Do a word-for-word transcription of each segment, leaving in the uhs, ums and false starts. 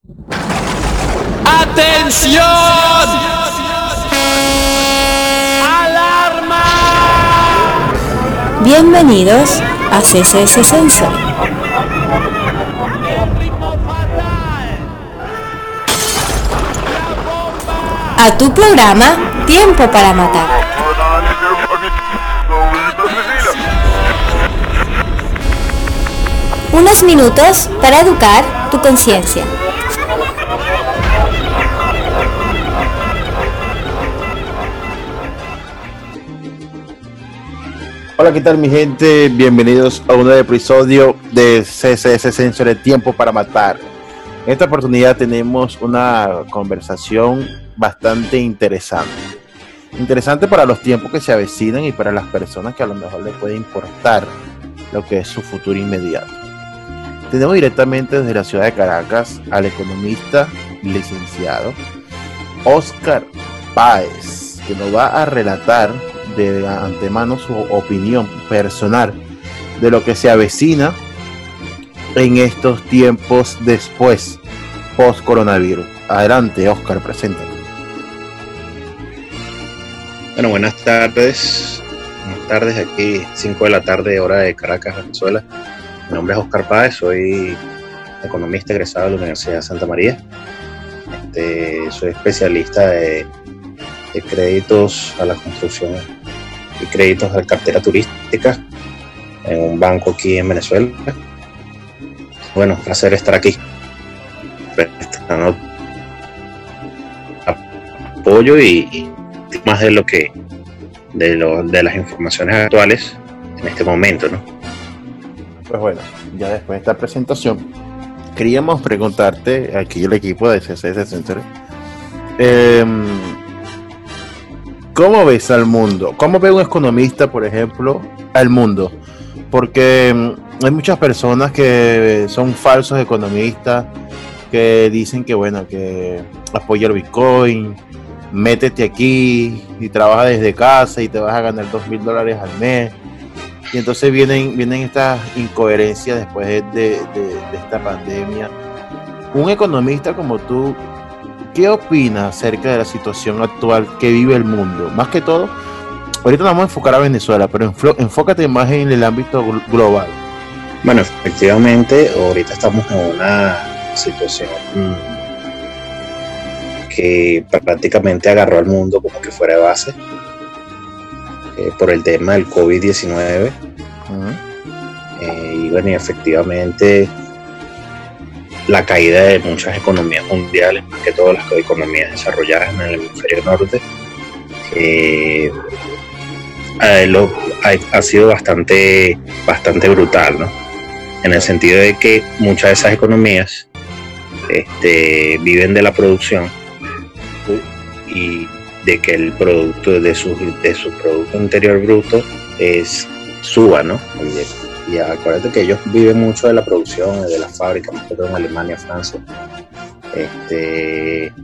¡Atención! ¡Alarma! Bienvenidos a C C S Sensory. A tu programa Tiempo para Matar. Unos minutos para educar tu conciencia. Hola, ¿qué tal mi gente? Bienvenidos a un nuevo episodio de C C S Sensory Tiempo para Matar. En esta oportunidad tenemos una conversación bastante interesante. Interesante para los tiempos que se avecinan y para las personas que a lo mejor les puede importar lo que es su futuro inmediato. Tenemos directamente desde la ciudad de Caracas al economista licenciado Oscar Páez, que nos va a relatar de antemano su opinión personal de lo que se avecina en estos tiempos después, post coronavirus. Adelante, Oscar, preséntate. Bueno, buenas tardes. Buenas tardes, aquí cinco de la tarde, hora de Caracas, Venezuela. Mi nombre es Oscar Páez, soy economista egresado de la Universidad de Santa María. Este, soy especialista de, de créditos a la construcción y créditos de cartera turística en un banco aquí en Venezuela. Bueno, un placer estar aquí prestando apoyo y, y más de lo que de, lo, de las informaciones actuales en este momento, ¿no? Pues bueno, ya después de esta presentación queríamos preguntarte aquí el equipo de C C S Sensory, eh, ¿cómo ves al mundo? ¿Cómo ve un economista, por ejemplo, al mundo? Porque hay muchas personas que son falsos economistas, que dicen que bueno, que apoya el Bitcoin, métete aquí y trabaja desde casa y te vas a ganar dos mil dólares al mes. Y entonces vienen, vienen estas incoherencias después de, de, de esta pandemia. Un economista como tú, ¿qué opinas acerca de la situación actual que vive el mundo? Más que todo, ahorita nos vamos a enfocar a Venezuela, pero enfo- enfócate más en el ámbito global. Bueno, efectivamente, ahorita estamos en una situación que prácticamente agarró al mundo como que fuera de base eh, por el tema del covid diecinueve. Uh-huh. eh, y bueno, y efectivamente la caída de muchas economías mundiales, más que todas las economías desarrolladas en el hemisferio norte, eh, eh, lo, ha, ha sido bastante, bastante brutal, ¿no? En el sentido de que muchas de esas economías este, viven de la producción, ¿sí? Y de que el producto de su, de su Producto Interior Bruto es, suba, ¿no? Y, y acuérdate que ellos viven mucho de la producción, de las fábricas, más que todo en Alemania, Francia, este,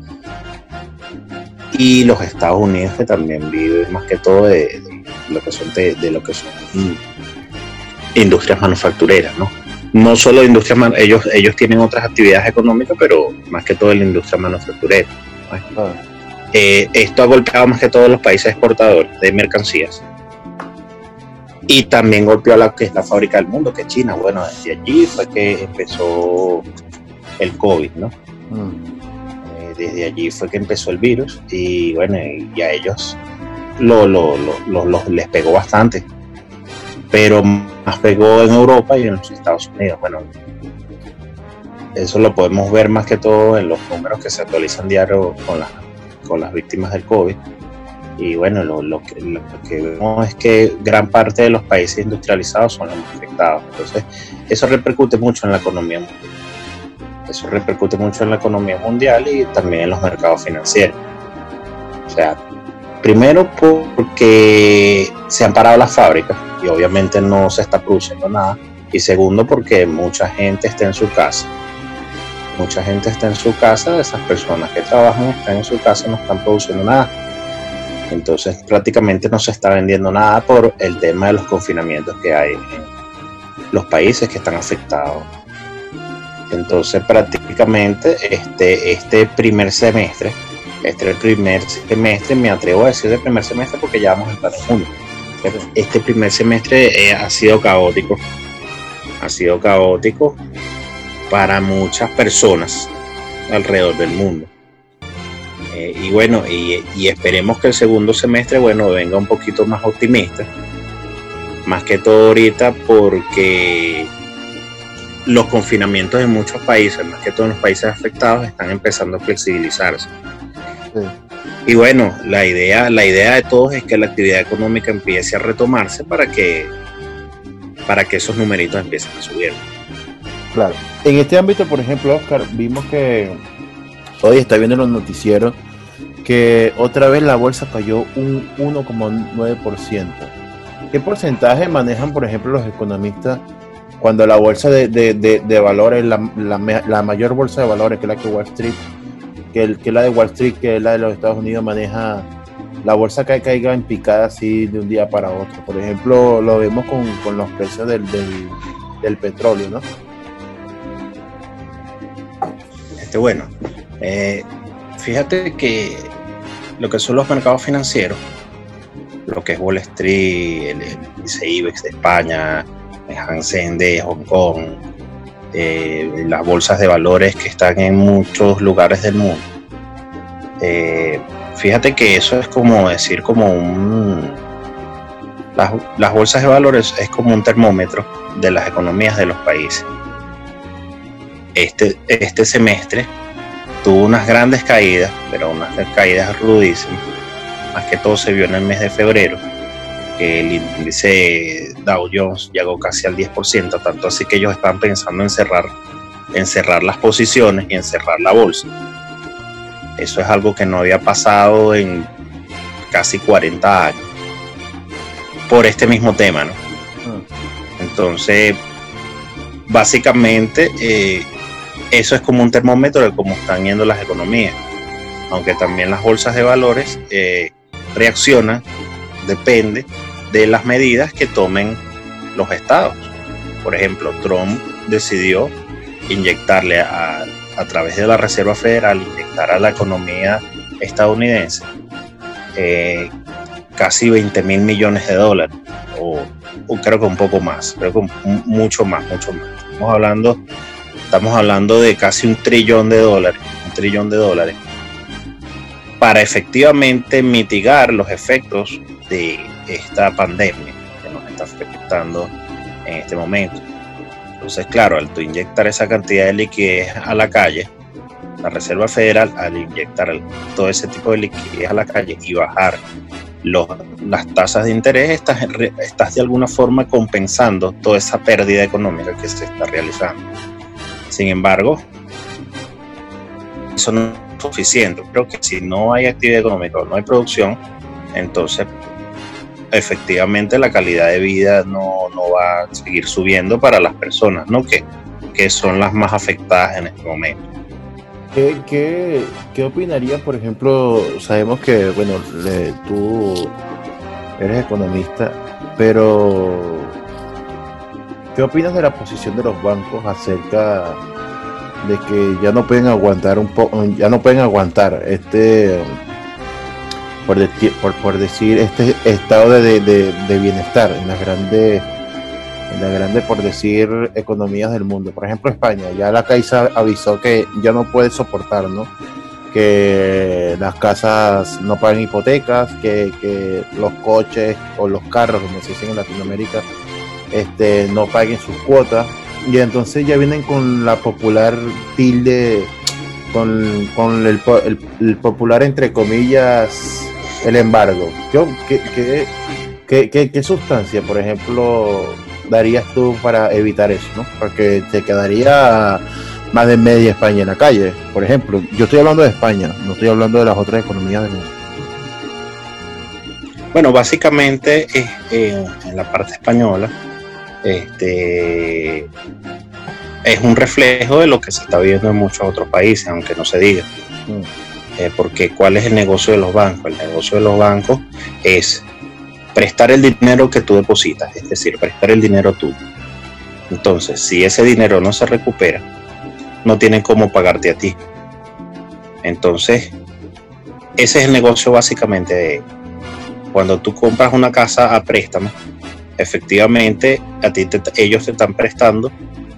y los Estados Unidos, que también viven más que todo de, de lo que son de, de lo que son industrias manufactureras, ¿no? No solo industrias, man- ellos ellos tienen otras actividades económicas, pero más que todo la industria manufacturera, ¿no? Ah. Eh, esto ha golpeado más que todo a los países exportadores de mercancías y también golpeó a la que es la fábrica del mundo, que es China. Bueno, desde allí fue que empezó el COVID, ¿no? Mm. Eh, desde allí fue que empezó el virus y bueno, y a ellos lo, lo, lo, lo, lo, les pegó bastante, pero más pegó en Europa y en los Estados Unidos. Bueno, eso lo podemos ver más que todo en los números que se actualizan diario con las, con las víctimas del COVID. Y bueno, lo, lo, que, lo que vemos es que gran parte de los países industrializados son los más afectados. Entonces, eso repercute mucho en la economía mundial. Eso repercute mucho en la economía mundial y también en los mercados financieros. O sea, primero porque se han parado las fábricas y obviamente no se está produciendo nada. Y segundo porque mucha gente está en su casa. Mucha gente está en su casa, esas personas que trabajan están en su casa y no están produciendo nada. Entonces prácticamente no se está vendiendo nada por el tema de los confinamientos que hay en los países que están afectados Entonces prácticamente este, este primer semestre, este primer semestre, me atrevo a decir el primer semestre porque ya vamos a estar en junio. Este primer semestre eh, ha sido caótico, ha sido caótico para muchas personas alrededor del mundo. Eh, y bueno, y, y esperemos que el segundo semestre, bueno, venga un poquito más optimista, más que todo ahorita porque los confinamientos en muchos países, más que todo en los países afectados, están empezando a flexibilizarse. Sí. Y bueno, la idea, la idea de todos es que la actividad económica empiece a retomarse para que, para que esos numeritos empiecen a subir. Claro. En este ámbito, por ejemplo, Oscar, vimos que hoy está viendo en los noticieros que otra vez la bolsa cayó un uno coma nueve por ciento. ¿Qué porcentaje manejan, por ejemplo, los economistas cuando la bolsa de, de, de, de valores, la, la, la mayor bolsa de valores, que es la que Wall Street, que, el, que la de Wall Street, que es la de los Estados Unidos, maneja la bolsa que caiga en picada así de un día para otro? Por ejemplo, lo vemos con, con los precios del, del, del petróleo, ¿no? Este, bueno, eh, fíjate que lo que son los mercados financieros, lo que es Wall Street, el, el índice IBEX de España, el Hang Seng de Hong Kong, eh, las bolsas de valores que están en muchos lugares del mundo. Eh, fíjate que eso es como decir, como un... Las, las bolsas de valores es como un termómetro de las economías de los países. Este, este semestre tuvo unas grandes caídas, pero unas caídas rudísimas. Más que todo se vio en el mes de febrero, que el índice Dow Jones llegó casi al diez por ciento, tanto así que ellos estaban pensando en cerrar, en cerrar las posiciones y en cerrar la bolsa. Eso es algo que no había pasado en casi cuarenta años, por este mismo tema, ¿no? Entonces, básicamente, eh, eso es como un termómetro de cómo están yendo las economías, aunque también las bolsas de valores eh, reaccionan, depende de las medidas que tomen los estados. Por ejemplo, Trump decidió inyectarle a, a través de la Reserva Federal, inyectar a la economía estadounidense eh, casi veinte mil millones de dólares, o, o creo que un poco más, creo que un, mucho más, mucho más. Estamos hablando, estamos hablando de casi un trillón de dólares, un trillón de dólares, para efectivamente mitigar los efectos de esta pandemia que nos está afectando en este momento. Entonces, claro, al tú inyectar esa cantidad de liquidez a la calle, la Reserva Federal, al inyectar todo ese tipo de liquidez a la calle y bajar los, las tasas de interés, estás, estás de alguna forma compensando toda esa pérdida económica que se está realizando. Sin embargo, eso no es suficiente. Creo que si no hay actividad económica o no hay producción, entonces efectivamente la calidad de vida no, no va a seguir subiendo para las personas, ¿no? Que, que son las más afectadas en este momento. ¿Qué, qué, qué opinarías, por ejemplo? Sabemos que, bueno, le, tú eres economista, pero ¿qué opinas de la posición de los bancos acerca de que ya no pueden aguantar un poco, ya no pueden aguantar este, por, de, por, por decir, este estado de, de, de bienestar en las grandes, en las grandes, por decir, economías del mundo? Por ejemplo, España, ya la Caixa avisó que ya no puede soportar, ¿no? Que las casas no pagan hipotecas, que, que los coches o los carros, como se dice en Latinoamérica, este, no paguen sus cuotas. Y entonces ya vienen con la popular tilde, con, con el, el, el popular, entre comillas, el embargo. ¿Qué, qué, qué, qué, qué sustancia, por ejemplo, darías tú para evitar eso, ¿no? Porque te quedaría más de media España en la calle, por ejemplo. Yo estoy hablando de España, no estoy hablando de las otras economías del mundo. Bueno, básicamente eh, en la parte española, Este, es un reflejo de lo que se está viendo en muchos otros países, aunque no se diga. Mm. Eh, porque ¿cuál es el negocio de los bancos? El negocio de los bancos es prestar el dinero que tú depositas, es decir, prestar el dinero tuyo. Entonces, si ese dinero no se recupera, no tienen cómo pagarte a ti. Entonces, ese es el negocio básicamente de cuando tú compras una casa a préstamo, efectivamente a ti te, ellos te están prestando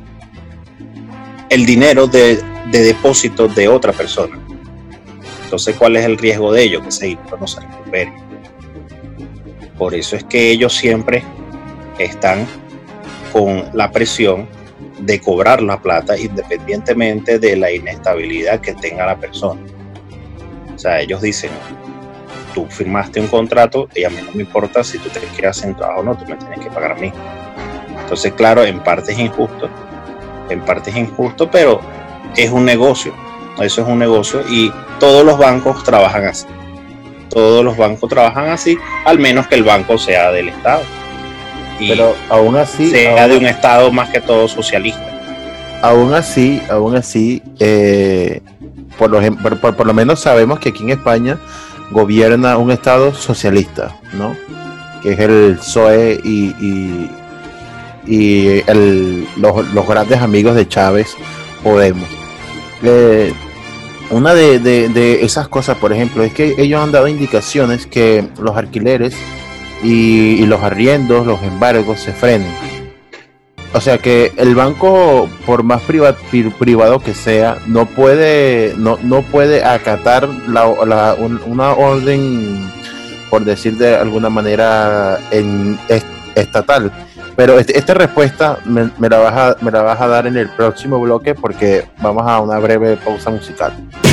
el dinero de, de depósito de otra persona. Entonces, ¿cuál es el riesgo de ello? Que ese dinero no se recupere. Por eso es que ellos siempre están con la presión de cobrar la plata independientemente de la inestabilidad que tenga la persona. O sea, ellos dicen, tú firmaste un contrato y a mí no me importa si tú te quieres hacer un trabajo o no, tú me tienes que pagar a mí. Entonces, claro, en parte es injusto, en parte es injusto, pero es un negocio. Eso es un negocio y todos los bancos trabajan así. Todos los bancos trabajan así, al menos que el banco sea del Estado. Y pero aún así... sea aún, de un Estado más que todo socialista. Aún así, aún así, eh, por, lo, por, por, por lo menos sabemos que aquí en España gobierna un Estado socialista, ¿no? Que es el P S O E y, y, y el, los, los grandes amigos de Chávez, Podemos. Eh, una de, de, de esas cosas, por ejemplo, es que ellos han dado indicaciones que los alquileres y, y los arriendos, los embargos se frenen. O sea que el banco, por más priva, pri, privado que sea, no puede no, no puede acatar la, la, un, una orden, por decir de alguna manera, en, est, estatal. Pero este, esta respuesta me, me, la vas a, me la vas a dar en el próximo bloque porque vamos a una breve pausa musical.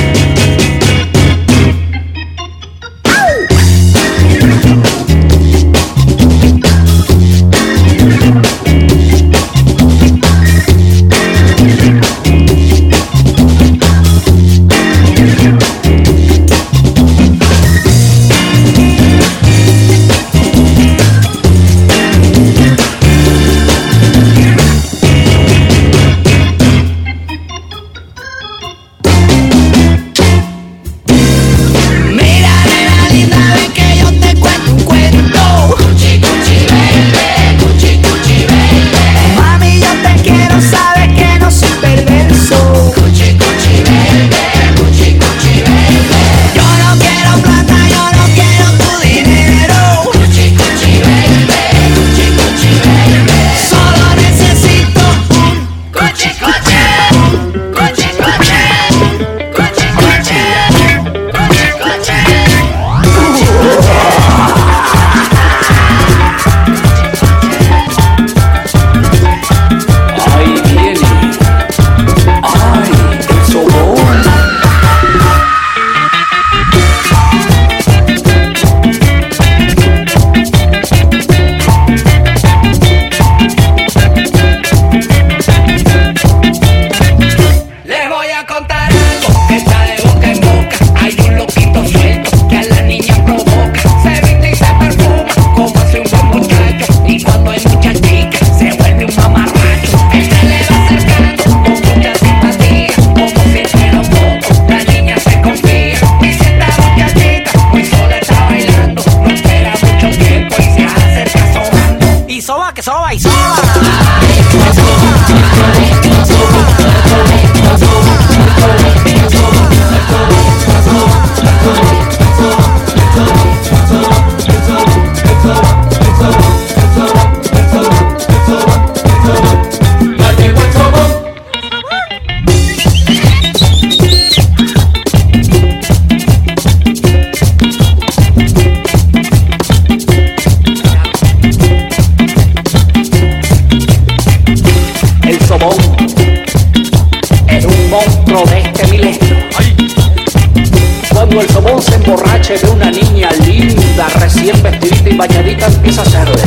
De una niña linda, recién vestidita y bañadita, empieza a hacerle.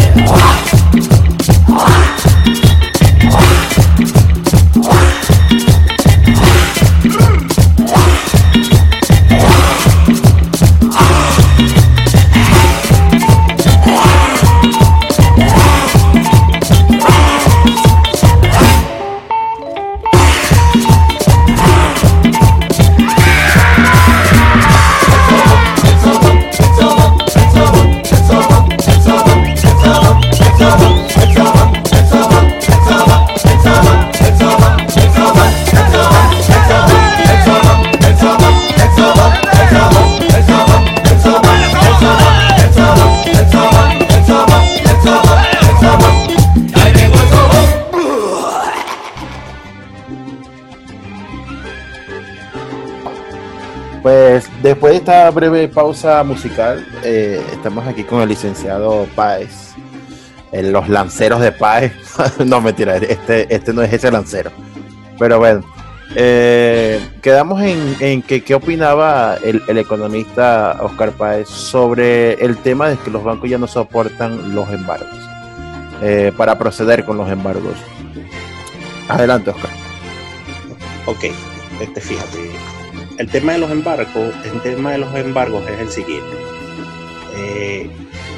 Pues después de esta breve pausa musical, eh, estamos aquí con el licenciado Páez, eh, los lanceros de Páez. No, mentira, este, este no es ese lancero. Pero bueno, eh, quedamos en, en que qué opinaba el, el economista Oscar Páez sobre el tema de que los bancos ya no soportan los embargos, eh, para proceder con los embargos. Adelante, Oscar. Ok, este, fíjate. El tema de los embargos, el tema de los embargos es el siguiente. Eh,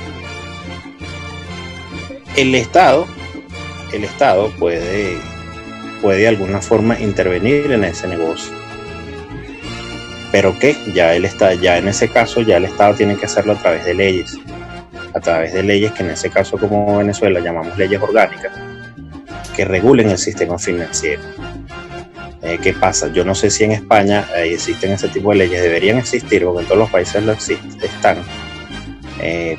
el Estado, el Estado puede, puede de alguna forma intervenir en ese negocio. Pero ¿qué? Ya él está, ya en ese caso, ya el Estado tiene que hacerlo a través de leyes. A través de leyes que en ese caso, como Venezuela, llamamos leyes orgánicas, que regulen el sistema financiero. Eh, ¿Qué pasa? Yo no sé si en España eh, existen ese tipo de leyes, deberían existir, porque en todos los países lo existen, están. Eh,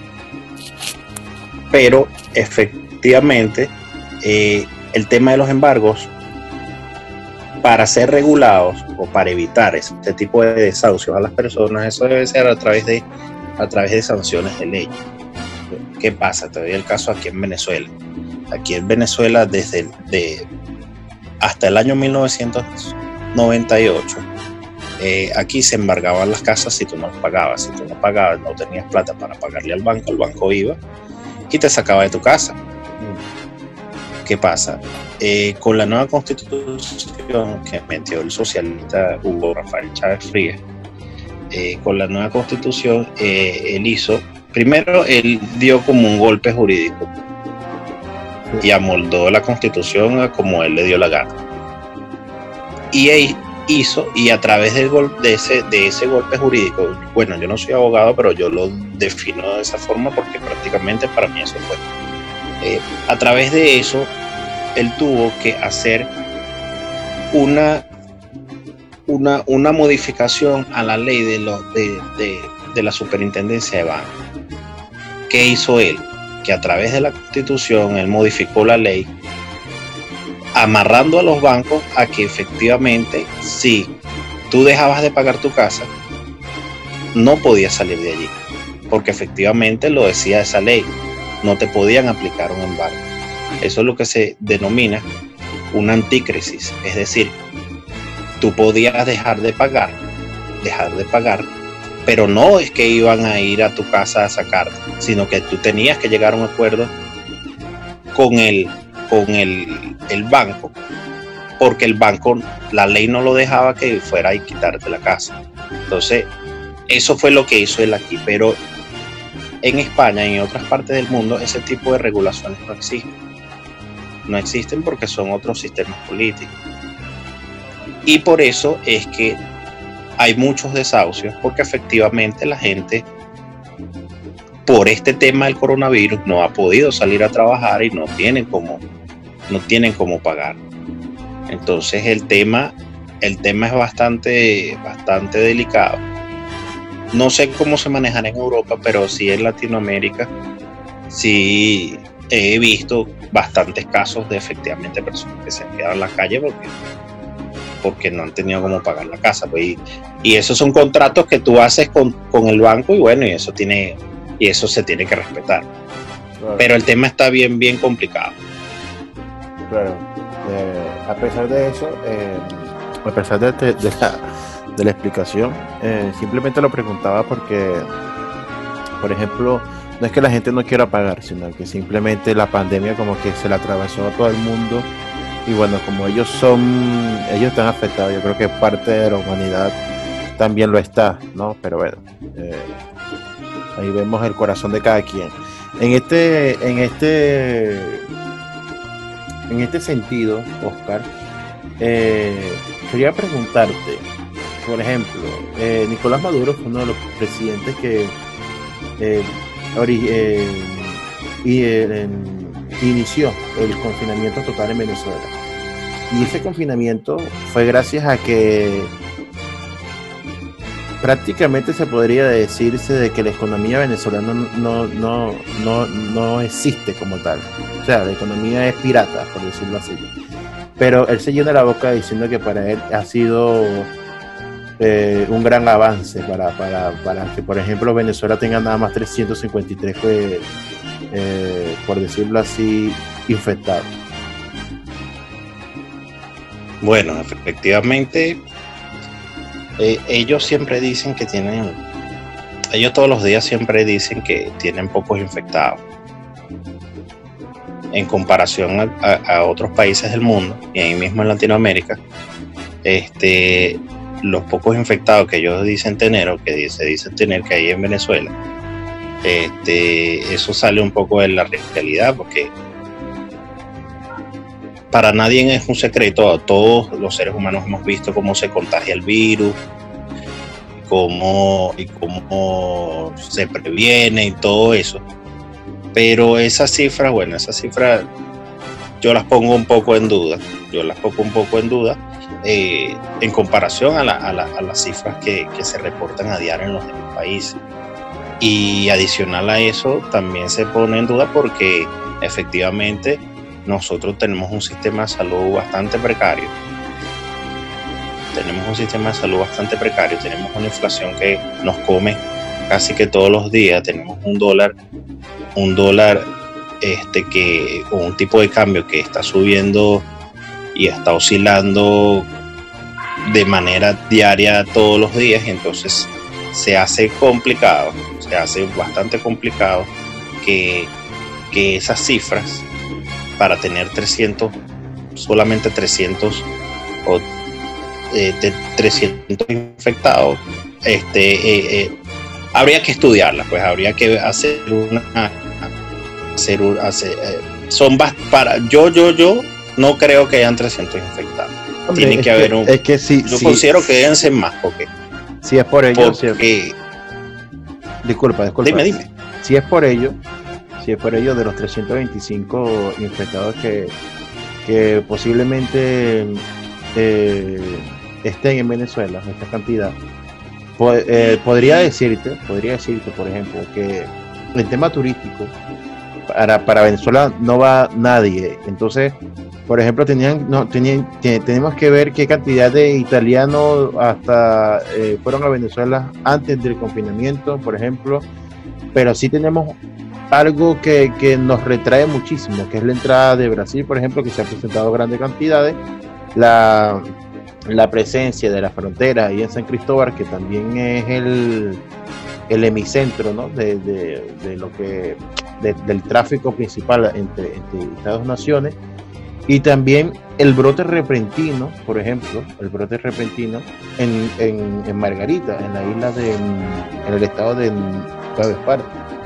pero efectivamente, eh, el tema de los embargos, para ser regulados o para evitar este tipo de desahucios a las personas, eso debe ser a través de, a través de sanciones de ley. ¿Qué pasa? Te doy el caso aquí en Venezuela. Aquí en Venezuela, desde de, hasta el año mil novecientos noventa y ocho, eh, aquí se embargaban las casas si tú no pagabas. Si tú no pagabas, no tenías plata para pagarle al banco, el banco iba y te sacaba de tu casa. ¿Qué pasa? Eh, con la nueva constitución que metió el socialista Hugo Rafael Chávez Frías, eh, con la nueva constitución, eh, él hizo, primero él dio como un golpe jurídico y amoldó la constitución como él le dio la gana. Y él hizo, y a través del gol, de, ese, de ese golpe jurídico, bueno, yo no soy abogado, pero yo lo defino de esa forma porque prácticamente para mí eso fue. Eh, a través de eso, él tuvo que hacer una, una, una modificación a la ley de, lo, de, de, de la superintendencia de bancos. ¿Qué hizo él? Que a través de la Constitución él modificó la ley, amarrando a los bancos a que efectivamente, si tú dejabas de pagar tu casa, no podías salir de allí, porque efectivamente lo decía esa ley, no te podían aplicar un embargo. Eso es lo que se denomina una antícrisis, es decir, tú podías dejar de pagar, dejar de pagar, pero no es que iban a ir a tu casa a sacarte, sino que tú tenías que llegar a un acuerdo con el, con el, el banco, porque el banco, la ley no lo dejaba que fuera y quitarte la casa. Entonces, eso fue lo que hizo él aquí, pero en España y en otras partes del mundo ese tipo de regulaciones no existen. No existen porque son otros sistemas políticos. Y por eso es que hay muchos desahucios, porque efectivamente la gente, por este tema del coronavirus, no ha podido salir a trabajar y no tienen cómo, no tienen cómo pagar. Entonces el tema, el tema es bastante, bastante delicado. No sé cómo se manejará en Europa, pero sí en Latinoamérica, sí he visto bastantes casos de efectivamente personas que se han quedado en la calle porque porque no han tenido cómo pagar la casa, pues, y, y esos son contratos que tú haces con, con el banco, y bueno, y eso tiene y eso se tiene que respetar. Claro. Pero el tema está bien bien complicado. Claro. Eh, a pesar de eso, eh, a pesar de, de, de, la, de la explicación, eh, simplemente lo preguntaba porque, por ejemplo, no es que la gente no quiera pagar, sino que simplemente la pandemia como que se la atravesó a todo el mundo. Y bueno, como ellos son, ellos están afectados, yo creo que parte de la humanidad también lo está, ¿no? Pero bueno, eh, ahí vemos el corazón de cada quien. En este, en este, en este sentido, Oscar, eh, quería preguntarte, por ejemplo, eh, Nicolás Maduro fue uno de los presidentes que eh, ori- eh, y, eh, inició el confinamiento total en Venezuela. Y ese confinamiento fue gracias a que prácticamente se podría decirse de que la economía venezolana no, no, no, no, no existe como tal. O sea, la economía es pirata, por decirlo así. Pero él se llena la boca diciendo que para él ha sido eh, un gran avance para, para, para que, por ejemplo, Venezuela tenga nada más trescientos cincuenta y tres, eh, eh, por decirlo así, infectados. Bueno, efectivamente, eh, ellos siempre dicen que tienen, ellos todos los días siempre dicen que tienen pocos infectados en comparación a, a, a otros países del mundo y ahí mismo en Latinoamérica. Este, los pocos infectados que ellos dicen tener o que se dicen tener que hay en Venezuela, este, eso sale un poco de la realidad, porque para nadie es un secreto, todos los seres humanos hemos visto cómo se contagia el virus, cómo, y cómo se previene y todo eso. Pero esas cifras, bueno, esas cifras yo las pongo un poco en duda, yo las pongo un poco en duda eh, en comparación a, la, a, la, a las cifras que, que se reportan a diario en los demás países. Y adicional a eso, también se pone en duda porque efectivamente nosotros tenemos un sistema de salud bastante precario. Tenemos un sistema de salud bastante precario, tenemos una inflación que nos come casi que todos los días, tenemos un dólar, un dólar este que, o un tipo de cambio que está subiendo y está oscilando de manera diaria todos los días, entonces se hace complicado, se hace bastante complicado que, que esas cifras, para tener trescientos, solamente trescientos o eh, de trescientos infectados, este, eh, eh, habría que estudiarlas, pues habría que hacer una, hacer, hacer eh, son bast- para yo, yo, yo no creo que hayan trescientos infectados. Hombre, Tiene que haber que, un, es que sí, yo sí, considero que deben ser más, porque, si es por ello, porque si, disculpa, disculpa, dime, dime. si es por ello, si es por ello de los trescientos veinticinco infectados que, que posiblemente eh, estén en Venezuela, esta cantidad, po- eh, podría decirte, podría decirte, por ejemplo, que el tema turístico para, para Venezuela no va nadie. Entonces, por ejemplo, tenían, no, tenían, te- tenemos que ver qué cantidad de italianos hasta eh, fueron a Venezuela antes del confinamiento, por ejemplo, pero sí tenemos algo que, que nos retrae muchísimo, que es la entrada de Brasil, por ejemplo, que se han presentado grandes cantidades, la, la presencia de la frontera ahí en San Cristóbal, que también es el, el hemicentro, ¿no? de, de, de lo que de, del tráfico principal entre, entre estas dos naciones, y también el brote repentino, por ejemplo, el brote repentino en, en, en Margarita, en la isla de, en el estado de Nueva Esparta.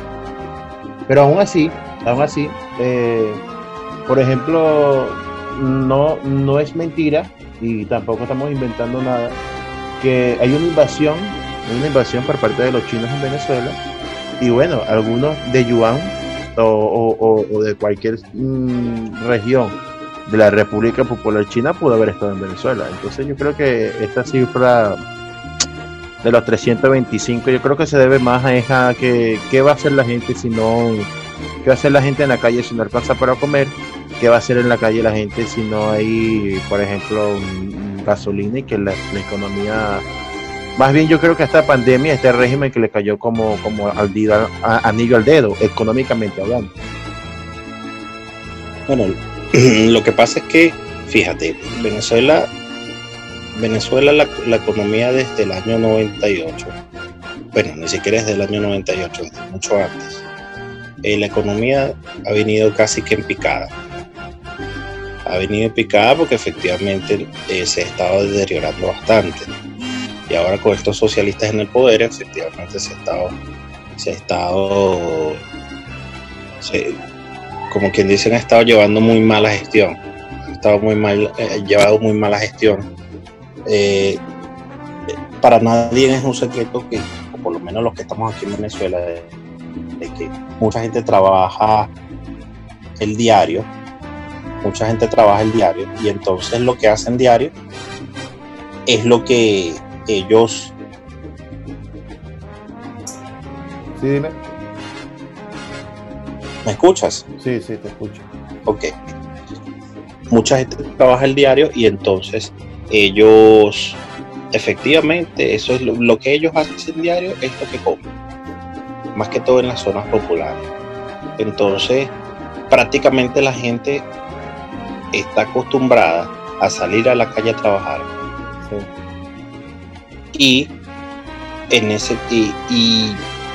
Pero aún así, aún así, eh, por ejemplo, no, no es mentira y tampoco estamos inventando nada, que hay una invasión, una invasión por parte de los chinos en Venezuela, y bueno, algunos de Yuan o, o, o, o de cualquier mm, región de la República Popular China pudo haber estado en Venezuela. Entonces yo creo que esta cifra de los trescientos veinticinco, yo creo que se debe más a esa que qué va a hacer la gente si no, qué va a hacer la gente en la calle si no alcanza para comer, qué va a hacer en la calle la gente si no hay, por ejemplo, un, un gasolina, y que la, la economía, más bien yo creo que esta pandemia, este régimen que le cayó como, como al dedo, a, anillo al dedo, económicamente hablando. Bueno, lo que pasa es que, fíjate, Venezuela, Venezuela la, la economía desde el año noventa y ocho, bueno, ni siquiera desde el año noventa y ocho, desde mucho antes, eh, la economía ha venido casi que en picada. Ha venido en picada porque efectivamente eh, se ha estado deteriorando bastante. Y ahora con estos socialistas en el poder, efectivamente se ha estado, se ha estado, se, como quien dice, ha estado llevando muy mala gestión. Ha estado muy mal, eh, llevado muy mala gestión. Eh, para nadie es un secreto que, o por lo menos los que estamos aquí en Venezuela, de, de que mucha gente trabaja el diario, mucha gente trabaja el diario, y entonces lo que hacen diario es lo que ellos... Sí, dime. ¿Me escuchas? Sí, sí, te escucho. Ok. Mucha gente trabaja el diario y entonces ellos efectivamente, eso es lo, lo que ellos hacen diario, es lo que comen, más que todo en las zonas populares. Entonces, prácticamente la gente está acostumbrada a salir a la calle a trabajar. Sí. Y en ese y, y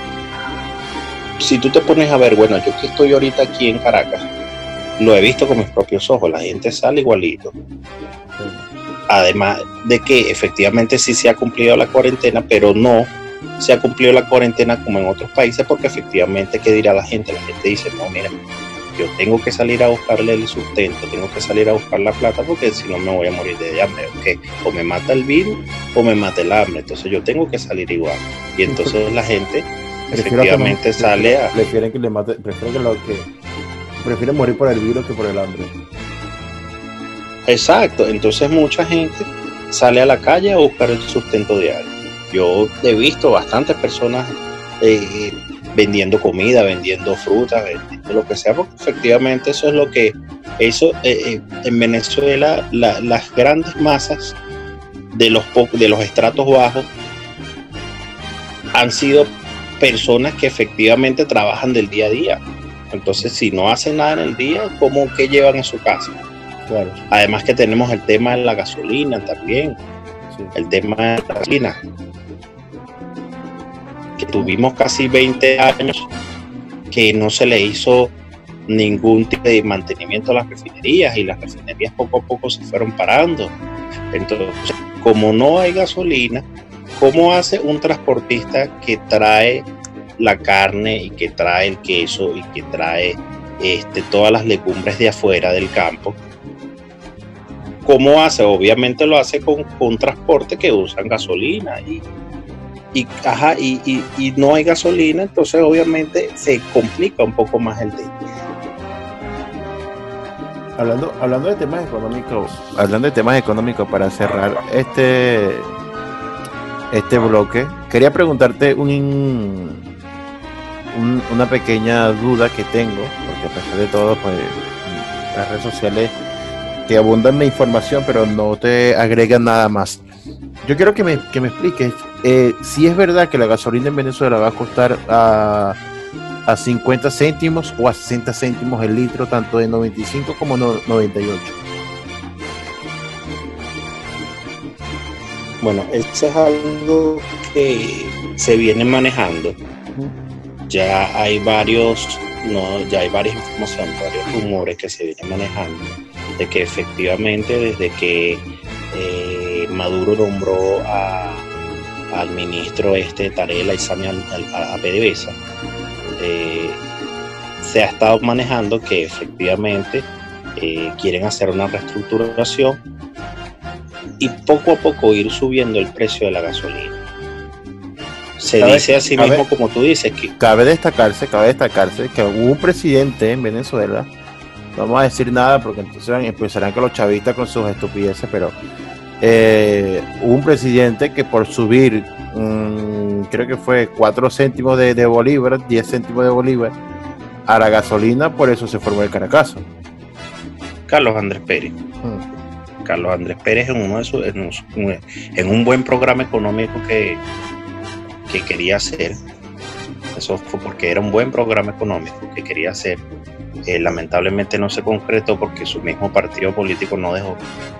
si tú te pones a ver, bueno, yo que estoy ahorita aquí en Caracas, lo he visto con mis propios ojos, la gente sale igualito. Sí. Además de que efectivamente sí se ha cumplido la cuarentena, pero no se ha cumplido la cuarentena como en otros países, porque efectivamente, ¿qué dirá la gente? La gente dice, no, mira, yo tengo que salir a buscarle el sustento, tengo que salir a buscar la plata, porque si no me voy a morir de hambre, ¿okay? O me mata el virus o me mata el hambre, entonces yo tengo que salir igual. Y entonces la gente efectivamente no, sale a... Prefieren que le mate, prefieren que lo que... Prefieren morir por el virus que por el hambre. Exacto, entonces mucha gente sale a la calle a buscar el sustento diario. Yo he visto bastantes personas eh, vendiendo comida, vendiendo frutas, vendiendo lo que sea, porque efectivamente eso es lo que, eso eh, en Venezuela, la, las grandes masas de los, de los estratos bajos han sido personas que efectivamente trabajan del día a día. Entonces, si no hacen nada en el día, ¿cómo que llevan a su casa? Claro. Además que tenemos el tema de la gasolina también, sí. El tema de la gasolina, que tuvimos casi veinte años que no se le hizo ningún tipo de mantenimiento a las refinerías, y las refinerías poco a poco se fueron parando. Entonces, como no hay gasolina, ¿cómo hace un transportista que trae la carne y que trae el queso y que trae este, todas las legumbres de afuera del campo? ¿Cómo hace? Obviamente lo hace con, con transporte que usan gasolina y, y, ajá, y, y, y no hay gasolina, entonces obviamente se complica un poco más el tema. Hablando, hablando de temas económicos, hablando de temas económicos para cerrar este, este bloque, quería preguntarte un, un, una pequeña duda que tengo, porque a pesar de todo, pues las redes sociales te abundan de información, pero no te agregan nada más. Yo quiero que me, que me expliques eh, si es verdad que la gasolina en Venezuela va a costar a, a cincuenta céntimos o a sesenta céntimos el litro, tanto de noventa y cinco como no, noventa y ocho. Bueno, eso es algo que se viene manejando. Ya hay varios, no, ya hay varias informaciones, varios rumores que se vienen manejando de que efectivamente desde que eh, Maduro nombró a, al ministro este Tarela y Sami a, a, a PDVSA, eh, se ha estado manejando que efectivamente eh, quieren hacer una reestructuración y poco a poco ir subiendo el precio de la gasolina. Se cabe, dice así cabe, mismo como tú dices que cabe destacarse, cabe destacarse que hubo un presidente en Venezuela, no vamos a decir nada porque entonces empezarán con los chavistas con sus estupideces, pero eh, hubo un presidente que por subir mmm, creo que fue cuatro céntimos de, de bolívar, diez céntimos de bolívar a la gasolina, por eso se formó el Caracazo. Carlos Andrés Pérez. Hmm. Carlos Andrés Pérez en uno de sus, en un, en un buen programa económico que, que quería hacer. Eso fue porque era un buen programa económico que quería hacer. Eh, lamentablemente no se concretó porque su mismo partido político no dejó.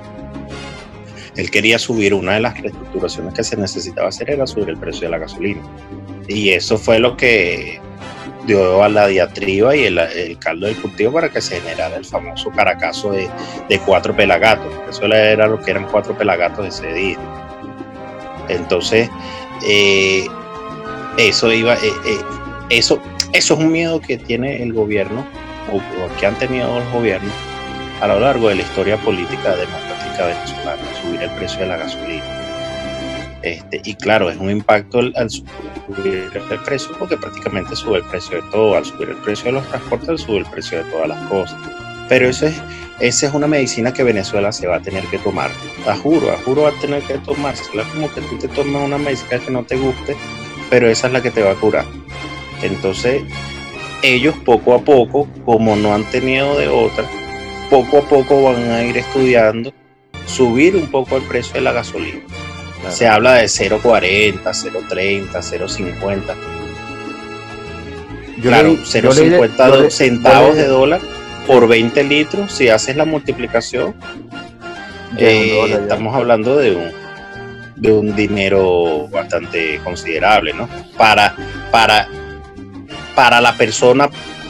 Él quería subir, una de las reestructuraciones que se necesitaba hacer era subir el precio de la gasolina. Y eso fue lo que dio a la diatriba y el, el caldo del cultivo para que se generara el famoso Caracazo de, de cuatro pelagatos. Eso era lo que eran cuatro pelagatos ese día. Entonces, eh, eso iba, eh, eh, eso, eso es un miedo que tiene el gobierno, o, o que han tenido los gobiernos a lo largo de la historia política democrática venezolana, subir el precio de la gasolina. Este, y claro, es un impacto al, al subir el precio, porque prácticamente sube el precio de todo. Al subir el precio de los transportes, sube el precio de todas las cosas. Pero eso es, esa es una medicina que Venezuela se va a tener que tomar. A juro, a juro va a tener que tomársela, como que tú te tomas una medicina que no te guste, pero esa es la que te va a curar. Entonces, ellos poco a poco, como no han tenido de otra, poco a poco van a ir estudiando subir un poco el precio de la gasolina. Claro. Se habla de cero coma cuarenta, cero coma treinta, cero coma cincuenta. Yo Claro, leí- cero coma yo leí- cincuenta yo leí- centavos yo leí- de dólar por veinte litros. Si haces la multiplicación, Ya es un eh, dólar, ya. estamos hablando de un, de un dinero bastante considerable, ¿no? Para, para, para la persona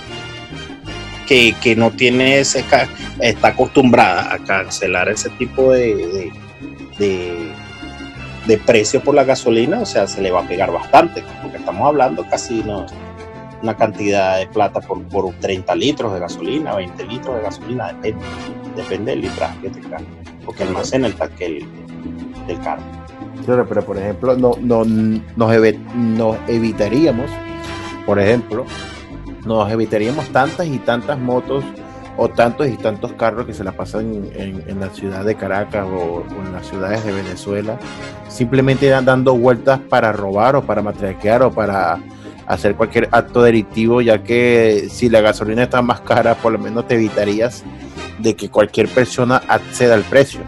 que, que no tiene ese, ca- está acostumbrada a cancelar ese tipo de, de, de, de precio por la gasolina, o sea, se le va a pegar bastante, porque estamos hablando casi no, una cantidad de plata por, por treinta litros de gasolina, veinte litros de gasolina, depende, depende del litraje que te cargue, porque almacena el tanque del, del carro. Claro, pero por ejemplo, no, no, nos, evi- nos evitaríamos, por ejemplo, nos evitaríamos tantas y tantas motos o tantos y tantos carros que se la pasan en, en la ciudad de Caracas o, o en las ciudades de Venezuela, simplemente dan- dando vueltas para robar o para matraquear o para hacer cualquier acto delictivo, ya que si la gasolina está más cara, por lo menos te evitarías de que cualquier persona acceda al precio.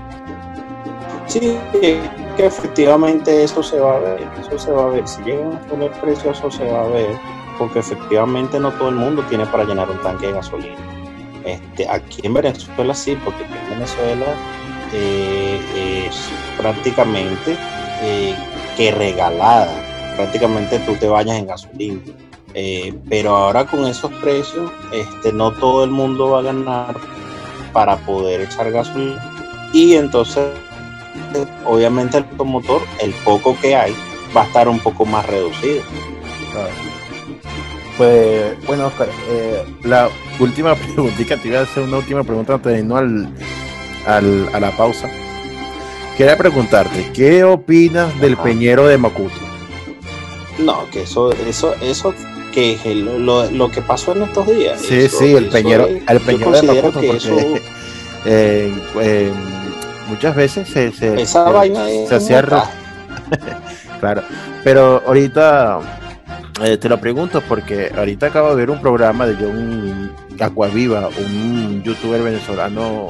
Sí, que efectivamente eso se va a ver, eso se va a ver. Si llegan a poner precios, eso se va a ver, porque efectivamente no todo el mundo tiene para llenar un tanque de gasolina. Este, aquí en Venezuela sí, porque aquí en Venezuela eh, es prácticamente eh, que regalada, prácticamente tú te bañas en gasolina. Eh, pero ahora con esos precios, este, no todo el mundo va a ganar para poder echar gasolina, y entonces obviamente el automotor, el poco que hay, va a estar un poco más reducido. Claro. Pues bueno, Oscar, eh, la última preguntita, te iba a hacer una última pregunta antes de irnos al, al, a la pausa. Quería preguntarte, ¿qué opinas del Ajá. Peñero de Macuto? No, que eso, eso, eso que es el- lo, lo que pasó en estos días. Sí, eso- sí, el eso Peñero, es- el yo Peñero de considero Macuto, que porque eso- eh, eh, muchas veces se, se, esa se- vaina es se hacía un ro- claro, pero ahorita eh, te lo pregunto porque ahorita acabo de ver un programa de John Acuaviva, un youtuber venezolano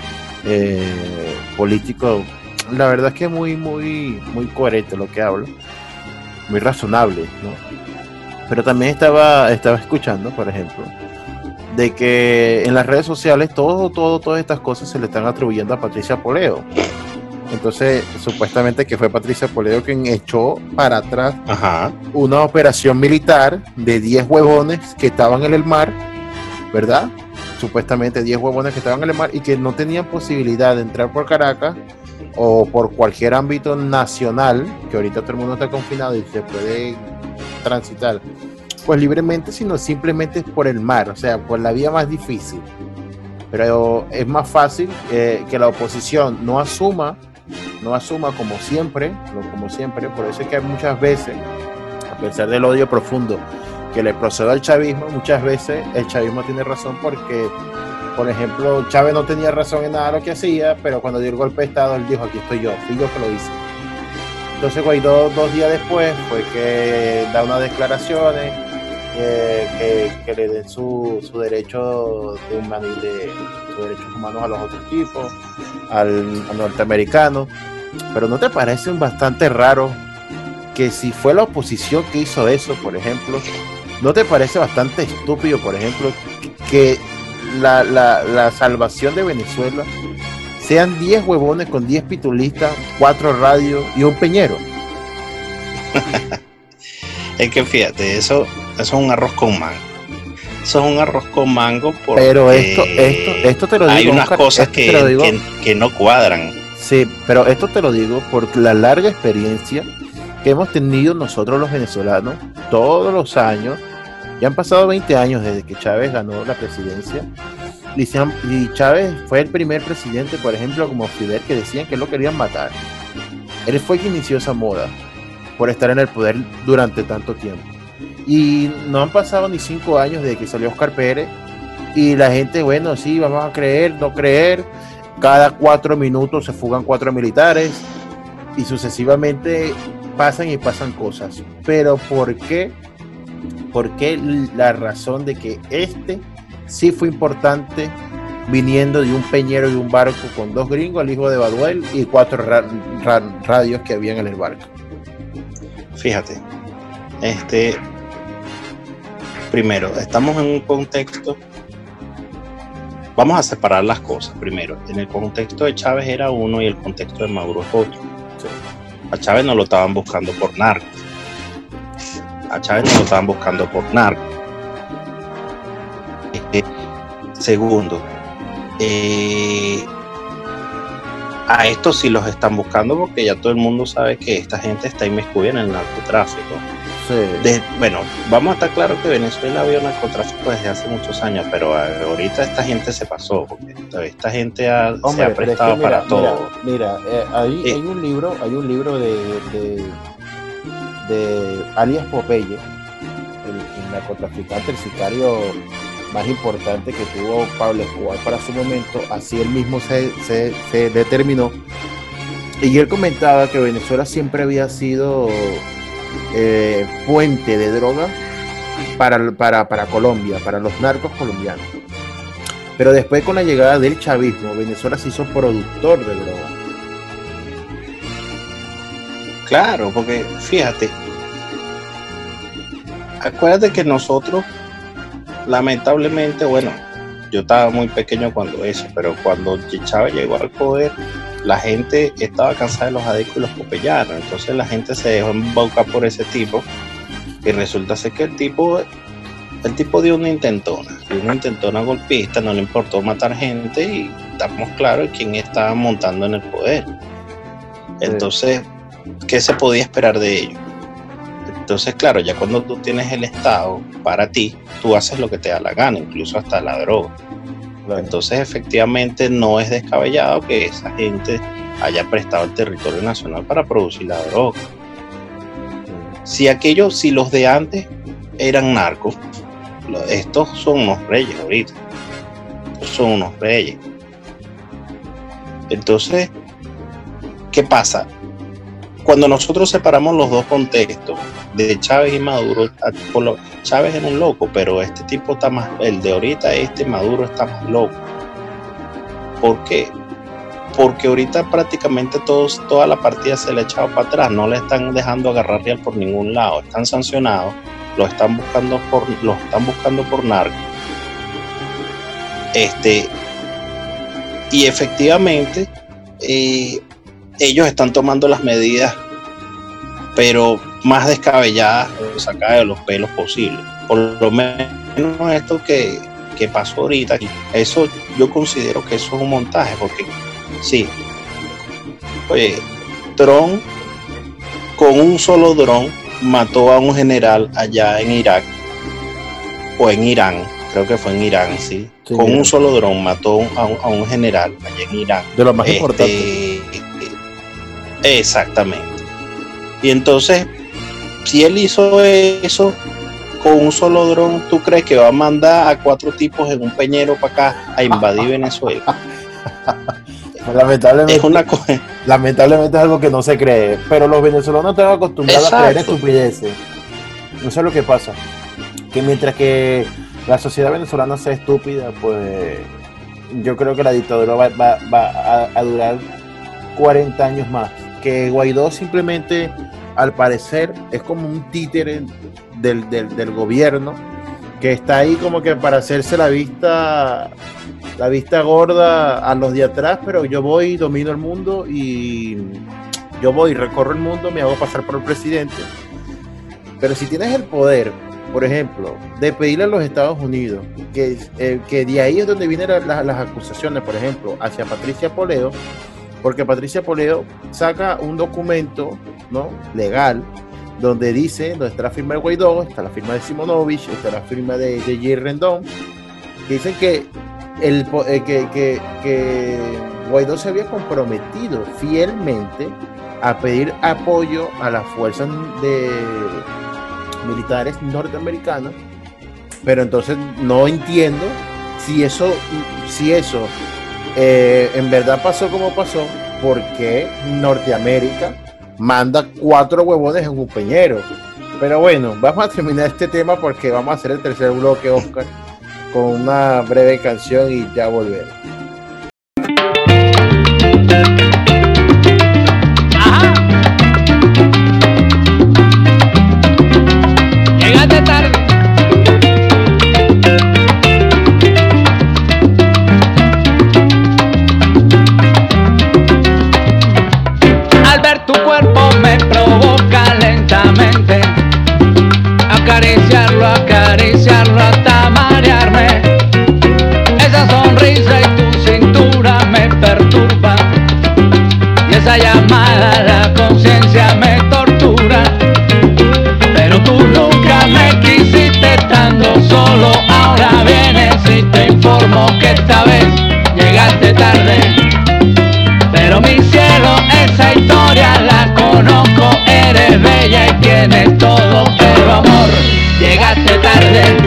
eh, político. La verdad es que es muy, muy, muy coherente lo que habla, muy razonable, ¿no? Pero también estaba, estaba escuchando, por ejemplo, de que en las redes sociales todo, todo, todas estas cosas se le están atribuyendo a Patricia Poleo. Entonces, supuestamente que fue Patricia Poleo quien echó para atrás Ajá. una operación militar de diez huevones que estaban en el mar, ¿verdad? Supuestamente diez huevones que estaban en el mar y que no tenían posibilidad de entrar por Caracas o por cualquier ámbito nacional, que ahorita todo el mundo está confinado y se puede transitar pues libremente, sino simplemente por el mar, o sea, por la vía más difícil. Pero es más fácil eh, que la oposición no asuma, no asuma como siempre, lo- como siempre, por eso es que muchas veces, a pesar del odio profundo que le procede al chavismo, muchas veces el chavismo tiene razón porque, por ejemplo, Chávez no tenía razón en nada de lo que hacía, pero cuando dio el golpe de Estado, él dijo, aquí estoy yo, fui yo que lo hice. Entonces Guaidó dos días después fue que da unas declaraciones eh, que, que le den su, su derecho de, humani- de sus derechos humanos a los otros tipos, al, al norteamericano. Pero ¿no te parece bastante raro que si fue la oposición que hizo eso, por ejemplo, ¿no te parece bastante estúpido, por ejemplo, que la, la, la salvación de Venezuela sean diez huevones con diez pitulistas, cuatro radios y un peñero? Es que fíjate, eso, eso es un arroz con mango. Eso es un arroz con mango porque Pero esto, esto, esto te lo digo, hay unas Oscar, cosas esto que, te lo digo- que, que no cuadran. Sí, pero esto te lo digo por la larga experiencia que hemos tenido nosotros los venezolanos todos los años. Ya han pasado veinte años desde que Chávez ganó la presidencia. Y, se han- y Chávez fue el primer presidente, por ejemplo, como Fidel, que decían que lo querían matar. Él fue quien inició esa moda por estar en el poder durante tanto tiempo. Y no han pasado ni cinco años desde que salió Oscar Pérez. Y la gente, bueno, sí, vamos a creer, no creer. Cada cuatro minutos se fugan cuatro militares y sucesivamente pasan y pasan cosas. Pero ¿por qué? ¿Por qué la razón de que este sí fue importante viniendo de un peñero y un barco con dos gringos, el hijo de Baduel y cuatro ra ra radios que habían en el barco. Fíjate, este, primero, estamos en un contexto, vamos a separar las cosas. Primero, en el contexto de Chávez era uno y el contexto de Maduro es otro. Sí. A Chávez no lo estaban buscando por narcos. A Chávez no lo estaban buscando por narcos. Eh, segundo, eh, a estos sí los están buscando porque ya todo el mundo sabe que esta gente está inmiscuida en el narcotráfico. Sí. De, bueno, vamos a estar claros que Venezuela había narcotráfico desde hace muchos años, pero ahorita esta gente se pasó, porque esta gente ha, Hombre, se ha prestado es que mira, para todo. Mira, mira eh, hay, eh. hay un libro, hay un libro de, de, de alias Popeye, el, el narcotraficante, el sicario más importante que tuvo Pablo Escobar para su momento, así él mismo se, se, se determinó, y él comentaba que Venezuela siempre había sido eh, fuente de droga para, para, para Colombia, para los narcos colombianos, pero después con la llegada del chavismo, Venezuela se hizo productor de droga. Claro, porque fíjate, acuérdate que nosotros lamentablemente, bueno, yo estaba muy pequeño cuando eso, pero cuando Chávez llegó al poder, la gente estaba cansada de los adictos y los popeyanos, entonces la gente se dejó embaucar por ese tipo, y resulta ser que el tipo, el tipo dio una intentona, dio una intentona golpista, no le importó matar gente, y estamos claros quién estaba montando en el poder. Entonces, ¿qué se podía esperar de ellos? Entonces, claro, ya cuando tú tienes el Estado para ti, tú haces lo que te da la gana, incluso hasta la droga. Claro. Entonces, efectivamente, no es descabellado que esa gente haya prestado el territorio nacional para producir la droga. Si aquellos, si los de antes eran narcos, estos son unos reyes ahorita. Estos son unos reyes. Entonces, ¿qué pasa? Cuando nosotros separamos los dos contextos de Chávez y Maduro, por lo, Chávez era un loco, pero este tipo está más, el de ahorita, este Maduro está más loco. ¿Por qué? Porque ahorita prácticamente todos, toda la partida se le ha echado para atrás, no le están dejando agarrar real por ningún lado, están sancionados, los están buscando por, los están buscando por narco. Este, y efectivamente, eh, ellos están tomando las medidas, pero más descabelladas, sacadas de los pelos posible. Por lo menos esto que, que pasó ahorita, eso yo considero que eso es un montaje, porque sí, oye, Trump con un solo dron mató a un general allá en Irak, o en Irán, creo que fue en Irán, sí, sí con bien. Un solo dron mató a un, a un general allá en Irán. De lo más este, importante. Exactamente. Y entonces, si él hizo eso con un solo dron, ¿tú crees que va a mandar a cuatro tipos en un peñero para acá a invadir Venezuela? Lamentablemente, es una cosa. Lamentablemente es algo que no se cree, pero los venezolanos están acostumbrados Exacto. a creer estupideces. Eso es lo que pasa. Que mientras que la sociedad venezolana sea estúpida, pues yo creo que la dictadura va, va, va a, a durar cuarenta años más. Que Guaidó simplemente, al parecer, es como un títere del, del, del gobierno, que está ahí como que para hacerse la vista la vista gorda a los de atrás, pero yo voy, domino el mundo y yo voy, recorro el mundo, me hago pasar por el presidente. Pero si tienes el poder, por ejemplo, de pedirle a los Estados Unidos, que, eh, que de ahí es donde vienen la, la, las acusaciones, por ejemplo, hacia Patricia Poleo, porque Patricia Poleo saca un documento, ¿no?, legal, donde dice, donde está la firma de Guaidó, está la firma de Simonovich, está la firma de, de J. Rendón, que dicen que, el, eh, que, que, que Guaidó se había comprometido fielmente a pedir apoyo a las fuerzas de militares norteamericanas, pero entonces no entiendo si eso, si eso eh, en verdad pasó como pasó, porque Norteamérica manda cuatro huevones en un peñero. Pero bueno, vamos a terminar este tema porque vamos a hacer el tercer bloque, Oscar, con una breve canción y ya volvemos. Ajá. Llegaste tarde. Al ver tu cuerpo me provoca lentamente acariciarlo, acariciarlo hasta marearme. Esa sonrisa y tu cintura me perturba y esa llamada a la conciencia me tortura. Pero tú nunca me quisiste estando solo, ahora vienes y te informo que esta vez llegaste tarde. Pero mi cielo, esa historia la conozco, eres bella y tienes todo, pero amor, llegaste tarde.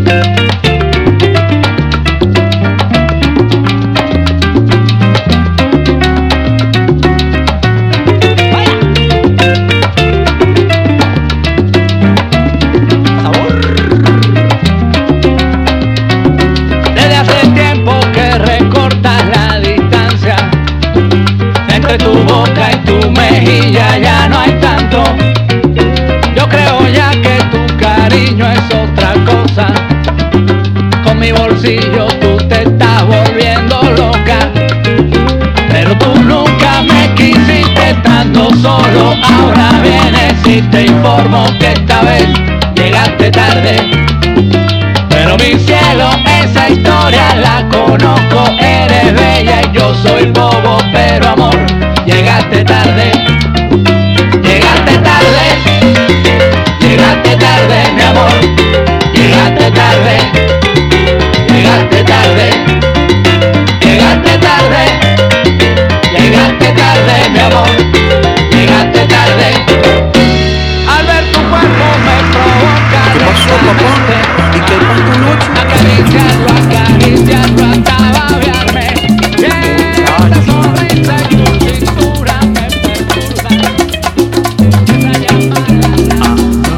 Tu boca y tu mejilla ya no hay tanto. Yo creo ya que tu cariño es otra cosa. Con mi bolsillo tú te estás volviendo loca. Pero tú nunca me quisiste estando solo, ahora vienes y te informo que esta vez llegaste tarde. Pero mi cielo, esa historia la conozco, eres bella y yo soy bobo, pero amor, llegaste tarde. Llegaste tarde. Llegaste tarde, mi amor. Llegaste tarde. Llegaste tarde. Llegaste tarde. Llegaste tarde, mi amor. Llegaste tarde. Al ver tu cuerpo me provoca. ¿Qué pasó, papá? ¿Y qué pasó anoche? Acariciarlo, acariciarlo hasta babearme. Esa sonrisa y tu cintura me perturba. Esa llamada.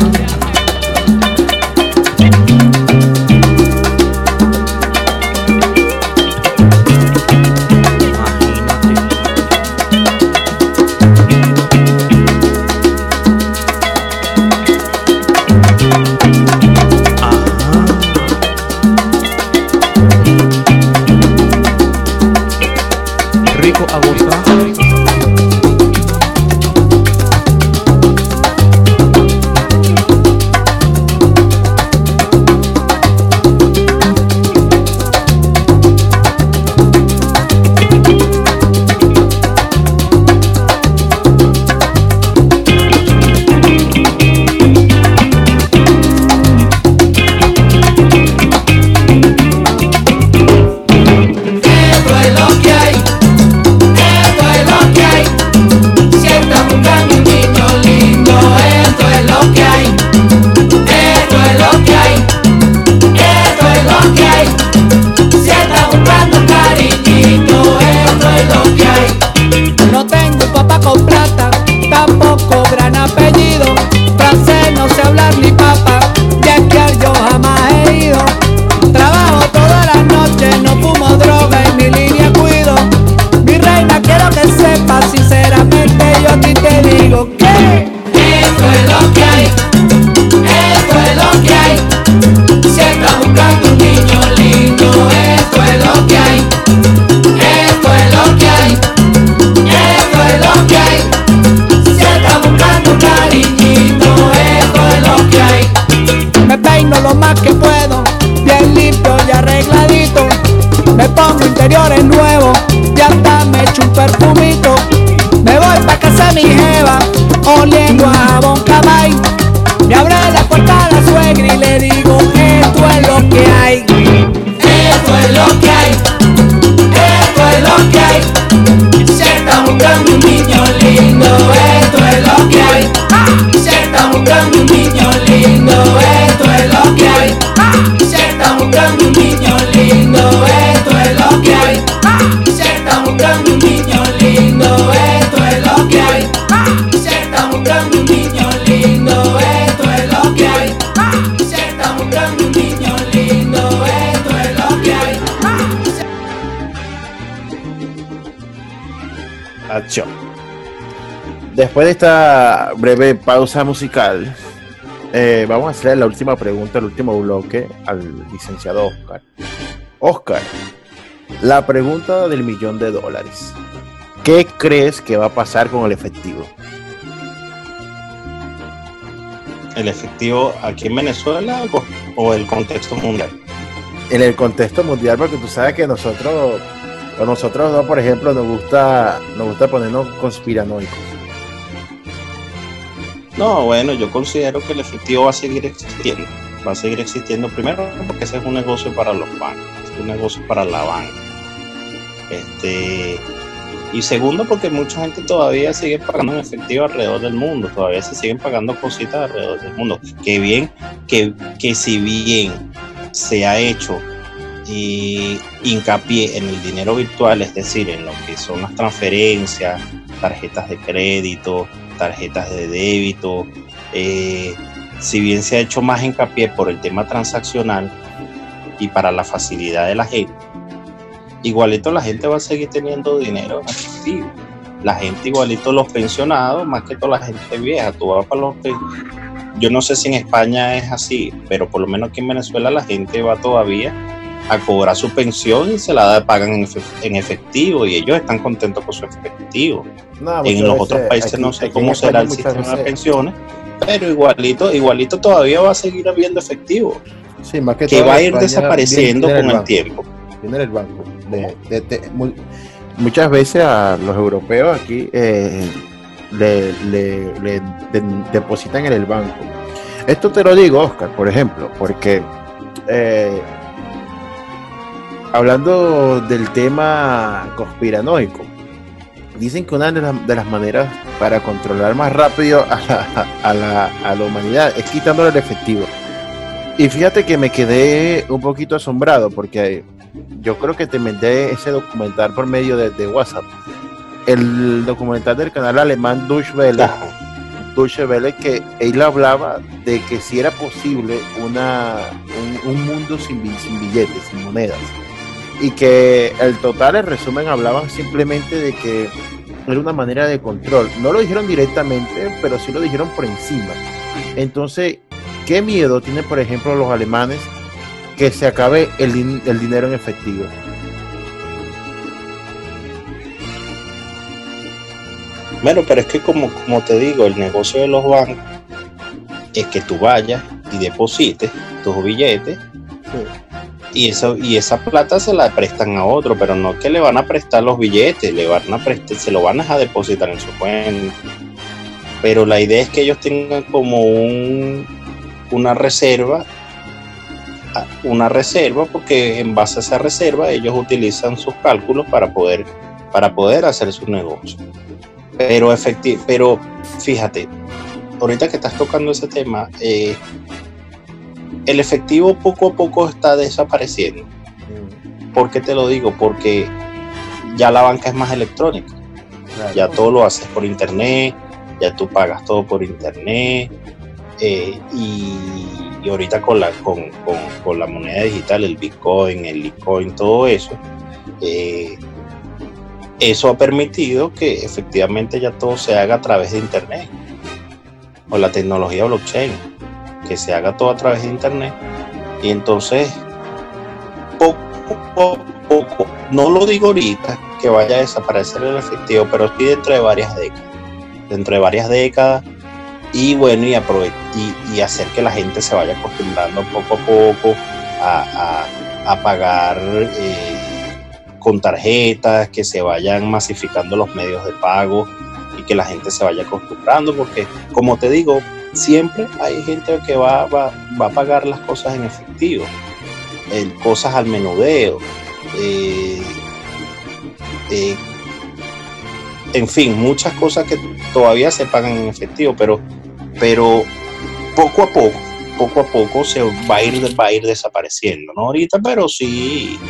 Rico a gozar. No tengo papá con plata, tampoco gran apellido. Francés no sé hablar ni papa, ya que yo jamás he ido. Trabajo todas las noches, no fumo droga y mi línea cuido. Mi reina, quiero que sepas, sinceramente yo a ti te digo que esto es lo que hay, esto es lo que hay. Si estás buscando un niño lindo, esto es lo que hay, esto es lo que hay. Esto es lo que hay. Si estás buscando un cariñito, esto es lo que hay. Me peino lo más que puedo, bien limpio y arregladito. Me pongo interiores nuevos y hasta me echo un perfumito. Me voy pa' casa de mi jeva, oliendo a jabón Camay. Me abre la puerta a la suegra y le digo, esto es lo que hay. Esto es lo que hay. Esto es lo que hay. Si estás buscando un niño lindo, esto es lo que hay. Si estás buscando un niño lindo, esto es lo que hay. Si estás buscando un niño lindo, esto es lo que hay. Si estás buscando un niño lindo, esto es lo que hay. Si estás buscando un niño lindo, esto es lo que hay. Si estás buscando un niño lindo, esto es corrección. Después de esta breve pausa musical, eh, vamos a hacer la última pregunta, el último bloque al licenciado Oscar. Oscar, la pregunta del millón de dólares. ¿Qué crees que va a pasar con el efectivo? ¿El efectivo aquí en Venezuela o, o el contexto mundial? En el contexto mundial, porque tú sabes que nosotros, o nosotros dos, por ejemplo, nos gusta, nos gusta ponernos conspiranoicos. No, bueno, yo considero que el efectivo va a seguir existiendo. Va a seguir existiendo primero porque ese es un negocio para los bancos, es un negocio para la banca. Este, y segundo porque mucha gente todavía sigue pagando en efectivo alrededor del mundo, todavía se siguen pagando cositas alrededor del mundo. Que bien, que, que si bien se ha hecho eh, hincapié en el dinero virtual, es decir, en lo que son las transferencias, tarjetas de crédito, tarjetas de débito, eh, si bien se ha hecho más hincapié por el tema transaccional y para la facilidad de la gente, igualito la gente va a seguir teniendo dinero en efectivo. La gente igualito, los pensionados, más que toda la gente vieja, tú vas para los yo no sé si en España es así, pero por lo menos aquí en Venezuela la gente va todavía a cobrar su pensión y se la pagan en efectivo y ellos están contentos con su efectivo. No, en los otros países aquí, no sé cómo será el sistema veces... de pensiones, pero igualito, igualito todavía va a seguir habiendo efectivo. Sí, más que, que va a ir desapareciendo viene, viene con el, el tiempo. Viene el banco. De, de, de, muy, muchas veces a los europeos aquí eh, le, le, le de, depositan en el banco. Esto te lo digo, Oscar, por ejemplo, porque eh, hablando del tema conspiranoico, dicen que una de, la, de las maneras para controlar más rápido a la, a, la, a la humanidad es quitándole el efectivo. Y fíjate que me quedé un poquito asombrado porque yo creo que te mandé ese documental por medio de, de WhatsApp. El documental del canal alemán Deutsche Welle, Deutsche Welle, que él hablaba de que si era posible una, un, un mundo sin, sin billetes, sin monedas. Y que el total, en resumen, hablaban simplemente de que era una manera de control. No lo dijeron directamente, pero sí lo dijeron por encima. Entonces, ¿qué miedo tienen, por ejemplo, los alemanes que se acabe el, din- el dinero en efectivo? Bueno, pero es que como, como te digo, el negocio de los bancos es que tú vayas y deposites tus billetes. Sí. Y, eso, y esa plata se la prestan a otro, pero no que le van a prestar los billetes, le van a prestar, se lo van a depositar en su cuenta. Pero la idea es que ellos tengan como un, una reserva, una reserva, porque en base a esa reserva ellos utilizan sus cálculos para poder, para poder hacer su negocio. Pero, efecti- pero fíjate, ahorita que estás tocando ese tema, eh, el efectivo poco a poco está desapareciendo. ¿Por qué te lo digo? Porque ya la banca es más electrónica. Claro. Ya todo lo haces por internet, ya tú pagas todo por internet. Eh, y, y ahorita con la, con, con, con la moneda digital, el Bitcoin, el Litecoin, todo eso, eh, eso ha permitido que efectivamente ya todo se haga a través de internet. O la tecnología blockchain, que se haga todo a través de internet. Y entonces poco a poco, no lo digo ahorita que vaya a desaparecer el efectivo, pero sí dentro de varias décadas dentro de varias décadas y bueno, y, aprove- y, y hacer que la gente se vaya acostumbrando poco a poco a, a, a pagar eh, con tarjetas, que se vayan masificando los medios de pago y que la gente se vaya acostumbrando, porque como te digo, siempre hay gente que va, va, va a pagar las cosas en efectivo, eh, cosas al menudeo, eh, eh, en fin, muchas cosas que todavía se pagan en efectivo, pero, pero poco a poco, poco a poco se va a ir, va a ir desapareciendo, no ahorita, pero sí,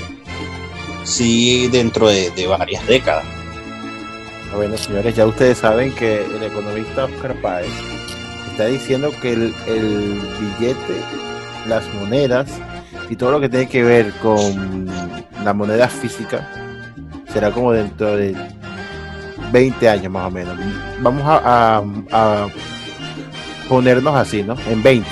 sí dentro de, de varias décadas. Bueno, señores, ya ustedes saben que el economista Oscar Páez está diciendo que el, el billete, las monedas y todo lo que tiene que ver con la moneda física será como dentro de veinte años más o menos. Vamos a, a, a ponernos así, ¿no? En veinte.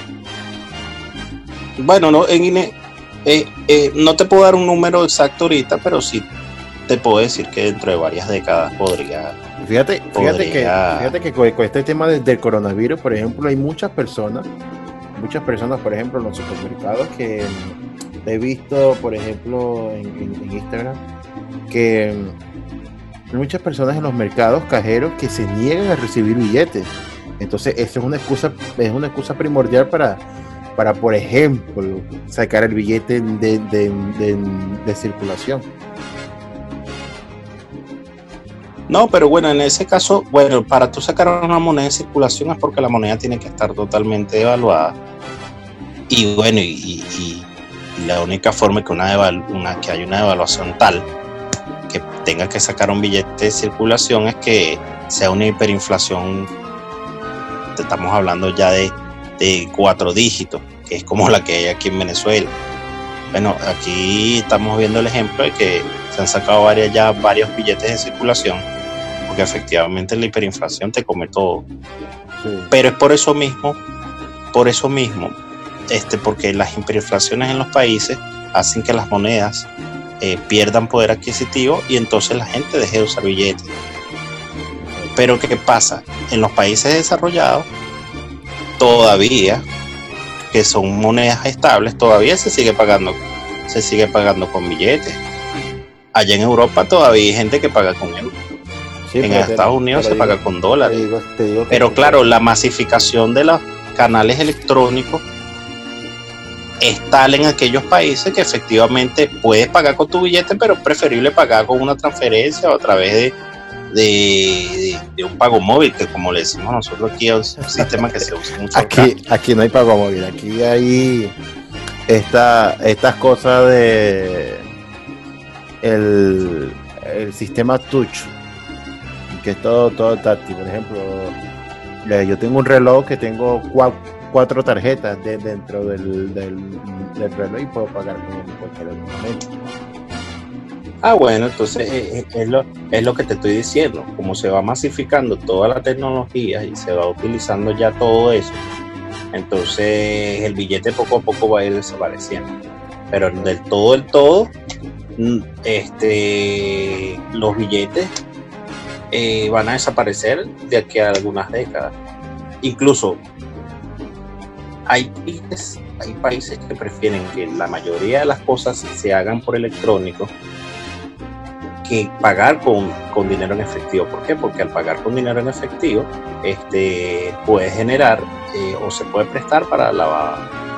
Bueno, no, en, eh, eh, no te puedo dar un número exacto ahorita, pero sí te puedo decir que dentro de varias décadas podría. Fíjate, fíjate podría... que, fíjate que con, con este tema de, del coronavirus, por ejemplo, hay muchas personas, muchas personas, por ejemplo, en los supermercados que he visto, por ejemplo, en, en, en Instagram, que hay muchas personas en los mercados cajeros que se niegan a recibir billetes. Entonces, eso es una excusa, es una excusa primordial para, para por ejemplo, sacar el billete de, de, de, de circulación. No, pero bueno, en ese caso, bueno, para tú sacar una moneda de circulación es porque la moneda tiene que estar totalmente devaluada. Y bueno, y, y, y la única forma que, una devalu- una, que haya una devaluación tal que tenga que sacar un billete de circulación es que sea una hiperinflación. Estamos hablando ya de, de cuatro dígitos, que es como la que hay aquí en Venezuela. Bueno, aquí estamos viendo el ejemplo de que se han sacado varias, ya varios billetes de circulación, porque efectivamente la hiperinflación te come todo. Sí. Pero es por eso mismo, por eso mismo, este, porque las hiperinflaciones en los países hacen que las monedas eh, pierdan poder adquisitivo y entonces la gente deje de usar billetes. Pero ¿qué pasa? En los países desarrollados, todavía, que son monedas estables, todavía se sigue pagando, se sigue pagando con billetes. Allá en Europa todavía hay gente que paga con euros. Sí, en Estados te, Unidos se digo, paga con dólares. Te digo, te digo pero te claro, la masificación de los canales electrónicos es tal en aquellos países que efectivamente puedes pagar con tu billete, pero es preferible pagar con una transferencia o a través de, de, de, de un pago móvil, que como le decimos nosotros aquí es un sistema que se usa mucho. Aquí, acá. Aquí no hay pago móvil, aquí hay esta, estas cosas de el, el sistema touch, que es todo, todo táctil. Por ejemplo, yo tengo un reloj que tengo cuatro, cuatro tarjetas de, dentro del, del, del reloj y puedo pagar con en cualquier momento. Ah, bueno, entonces es, es, lo, es lo que te estoy diciendo. Como se va masificando toda la tecnología y se va utilizando ya todo eso, entonces el billete poco a poco va a ir desapareciendo. Pero del todo, del todo, este, los billetes eh, van a desaparecer de aquí a algunas décadas. Incluso hay países, hay países que prefieren que la mayoría de las cosas se hagan por electrónico que pagar con, con dinero en efectivo. ¿Por qué? Porque al pagar con dinero en efectivo, este, puede generar eh, o se puede prestar para la...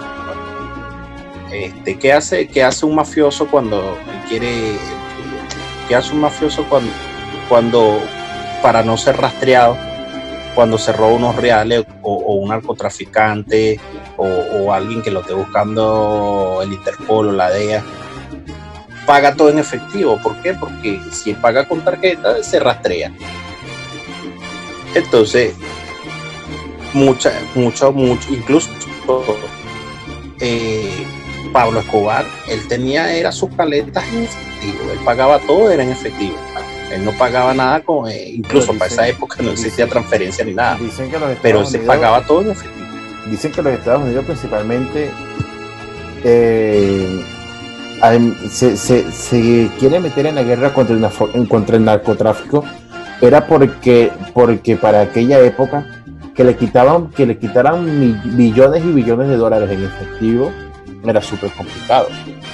Este, ¿qué hace, qué hace un mafioso cuando quiere... ¿Qué hace un mafioso cuando, cuando para no ser rastreado, cuando se roba unos reales o, o un narcotraficante o, o alguien que lo esté buscando el Interpol o la D E A? Paga todo en efectivo. ¿Por qué? Porque si paga con tarjeta se rastrea. Entonces, mucha, mucho, mucho, incluso eh, Pablo Escobar, él tenía, era sus paletas en efectivo, él pagaba todo, era en efectivo. Él no pagaba nada con, eh, incluso dicen, para esa época no existía dicen, transferencia ni nada. Dicen que los pero él se pagaba todo en efectivo. Dicen que los Estados Unidos principalmente eh, Se, se, se quiere meter en la guerra contra el, contra el narcotráfico, era porque, porque para aquella época que le quitaban, que le quitaran mi, billones y billones de dólares en efectivo era súper complicado.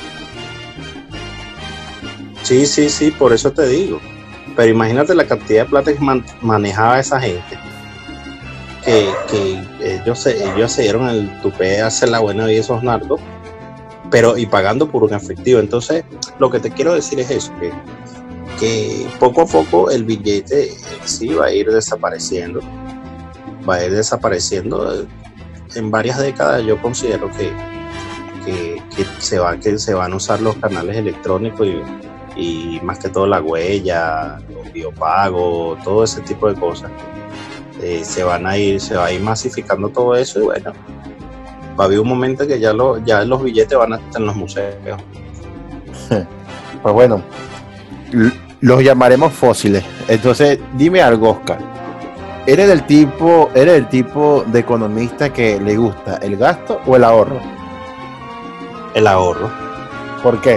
Sí, sí, sí, por eso te digo. Pero imagínate la cantidad de plata que man, manejaba esa gente, que, que ellos, se, ellos se dieron el tupé de hacer la buena y esos narcos, pero y pagando por un efectivo. Entonces, lo que te quiero decir es eso, que, que poco a poco el billete sí va a ir desapareciendo, va a ir desapareciendo. En varias décadas yo considero que, que, que, se, va, que se van a usar los canales electrónicos y, y más que todo la huella, los biopagos, todo ese tipo de cosas. Eh, se van a ir, se va a ir masificando todo eso y bueno, va a haber un momento que ya, lo, ya los billetes van a estar en los museos. Pues bueno, los llamaremos fósiles. Entonces, dime algo, Oscar. ¿Eres del tipo, eres el tipo de economista que le gusta el gasto o el ahorro? El ahorro. ¿Por qué?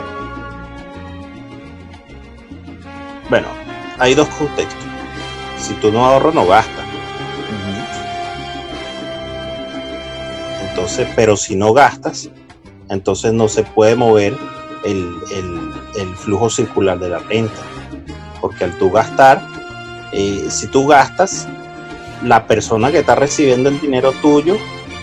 Bueno, hay dos contextos. Si tú no ahorras, no gastas. Entonces, pero si no gastas, entonces no se puede mover el, el, el flujo circular de la renta. Porque al tú gastar, eh, si tú gastas, la persona que está recibiendo el dinero tuyo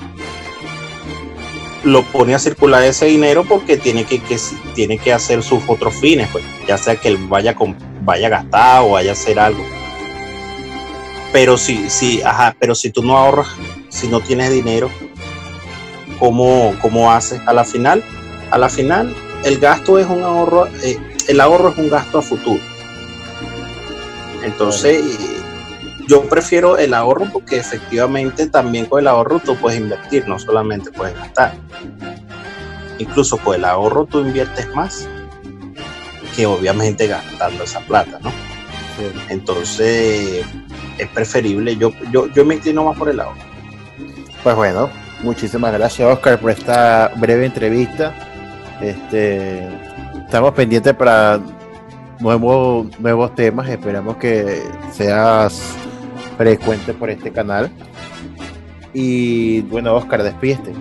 lo pone a circular ese dinero porque tiene que, que, tiene que hacer sus otros fines, pues, ya sea que él vaya, con, vaya a gastar o vaya a hacer algo. Pero si, si, ajá, pero si tú no ahorras, si no tienes dinero, ¿cómo, cómo haces? A la final, a la final, el gasto es un ahorro, eh, el ahorro es un gasto a futuro. Entonces, yo prefiero el ahorro porque efectivamente también con el ahorro tú puedes invertir, no solamente puedes gastar. Incluso con el ahorro tú inviertes más que obviamente gastando esa plata, ¿no? Sí. Entonces, es preferible, yo, yo, yo me inclino más por el ahorro. Pues bueno, muchísimas gracias, Oscar, por esta breve entrevista. Este, estamos pendientes para nuevos, nuevos temas. Esperamos que seas frecuente por este canal. Y bueno, Oscar, despídete.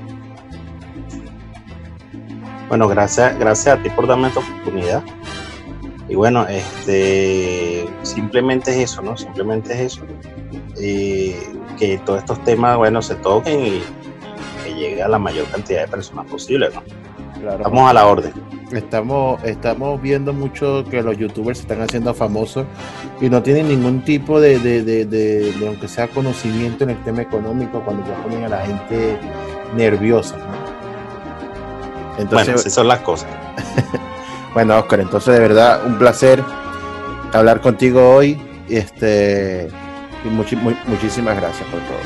Bueno, gracias, gracias a ti por darme esta oportunidad. Y bueno, este, simplemente es eso, ¿no? Simplemente es eso. Y que todos estos temas, bueno, se toquen y que llegue a la mayor cantidad de personas posible, ¿no? Claro. Estamos a la orden. Estamos, estamos viendo mucho que los youtubers se están haciendo famosos y no tienen ningún tipo de, de, de, de, de aunque sea conocimiento en el tema económico, cuando ya ponen a la gente nerviosa, ¿no? Entonces, bueno, esas son las cosas. Bueno, Oscar, entonces de verdad un placer hablar contigo hoy. Este, y much, muy, muchísimas gracias por todo.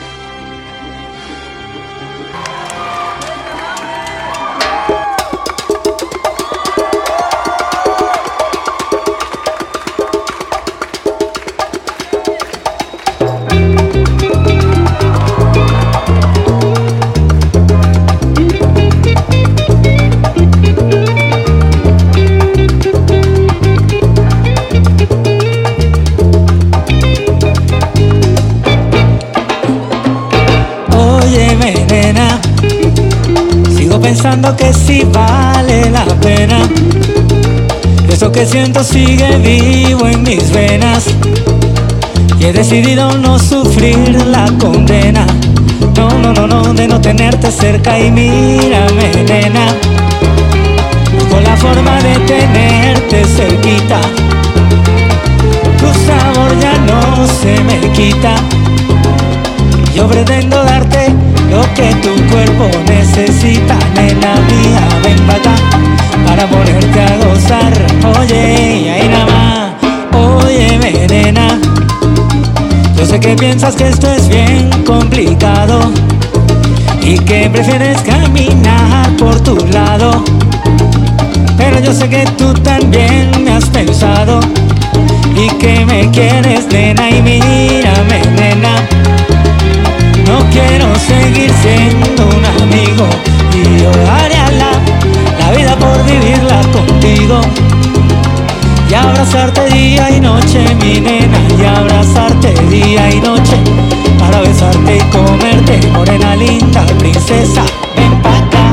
Pensando que sí vale la pena, eso que siento sigue vivo en mis venas y he decidido no sufrir la condena. No, no, no, no, de no tenerte cerca. Y mírame, nena, con la forma de tenerte cerquita, tu sabor ya no se me quita. Yo pretendo darte lo que tu cuerpo necesita, nena mía, ven para acá, para ponerte a gozar. Oye, y ahí nada más, óyeme, nena, yo sé que piensas que esto es bien complicado y que prefieres caminar por tu lado, pero yo sé que tú también me has pensado y que me quieres, nena. Y mírame, nena, no quiero seguir siendo un amigo y yo daría la, la vida por vivirla contigo y abrazarte día y noche, mi nena, y abrazarte día y noche para besarte y comerte, morena linda, princesa, ven pa' acá.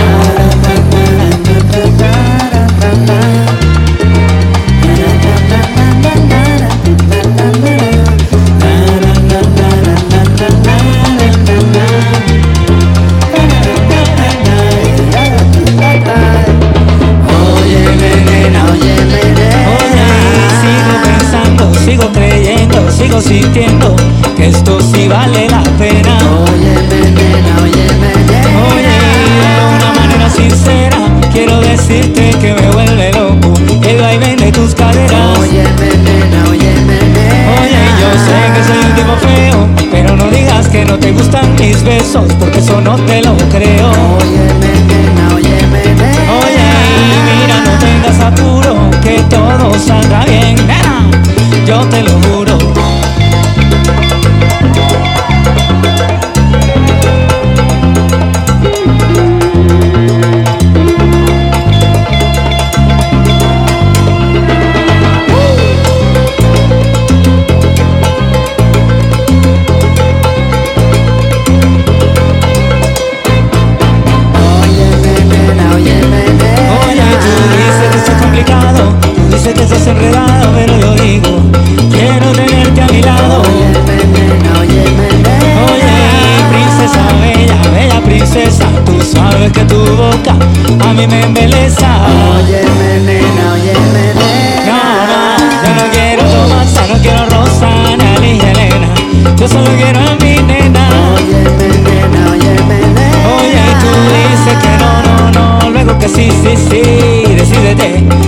Sigo creyendo, sigo sintiendo que esto sí vale la pena. Óyeme, nena, óyeme, nena. Oye, de una manera sincera quiero decirte que me vuelve loco el vaivén de tus caderas. Óyeme, nena, óyeme, nena. Oye, yo sé que soy un tipo feo, pero no digas que no te gustan mis besos, porque eso no te lo creo. Óyeme, nena, óyeme, nena. Oye, mira, no tengas apuro, que todo saldrá bien, nena. sabes que tu boca a mí me embeleza. Óyeme nena, óyeme No, nena. no, yo no quiero Tomasa, no quiero Rosana ni Helena. Yo solo quiero a mi nena. Óyeme nena, óyeme nena. Oye, y tú dices que no, no, no, luego que sí, sí, sí, decídete.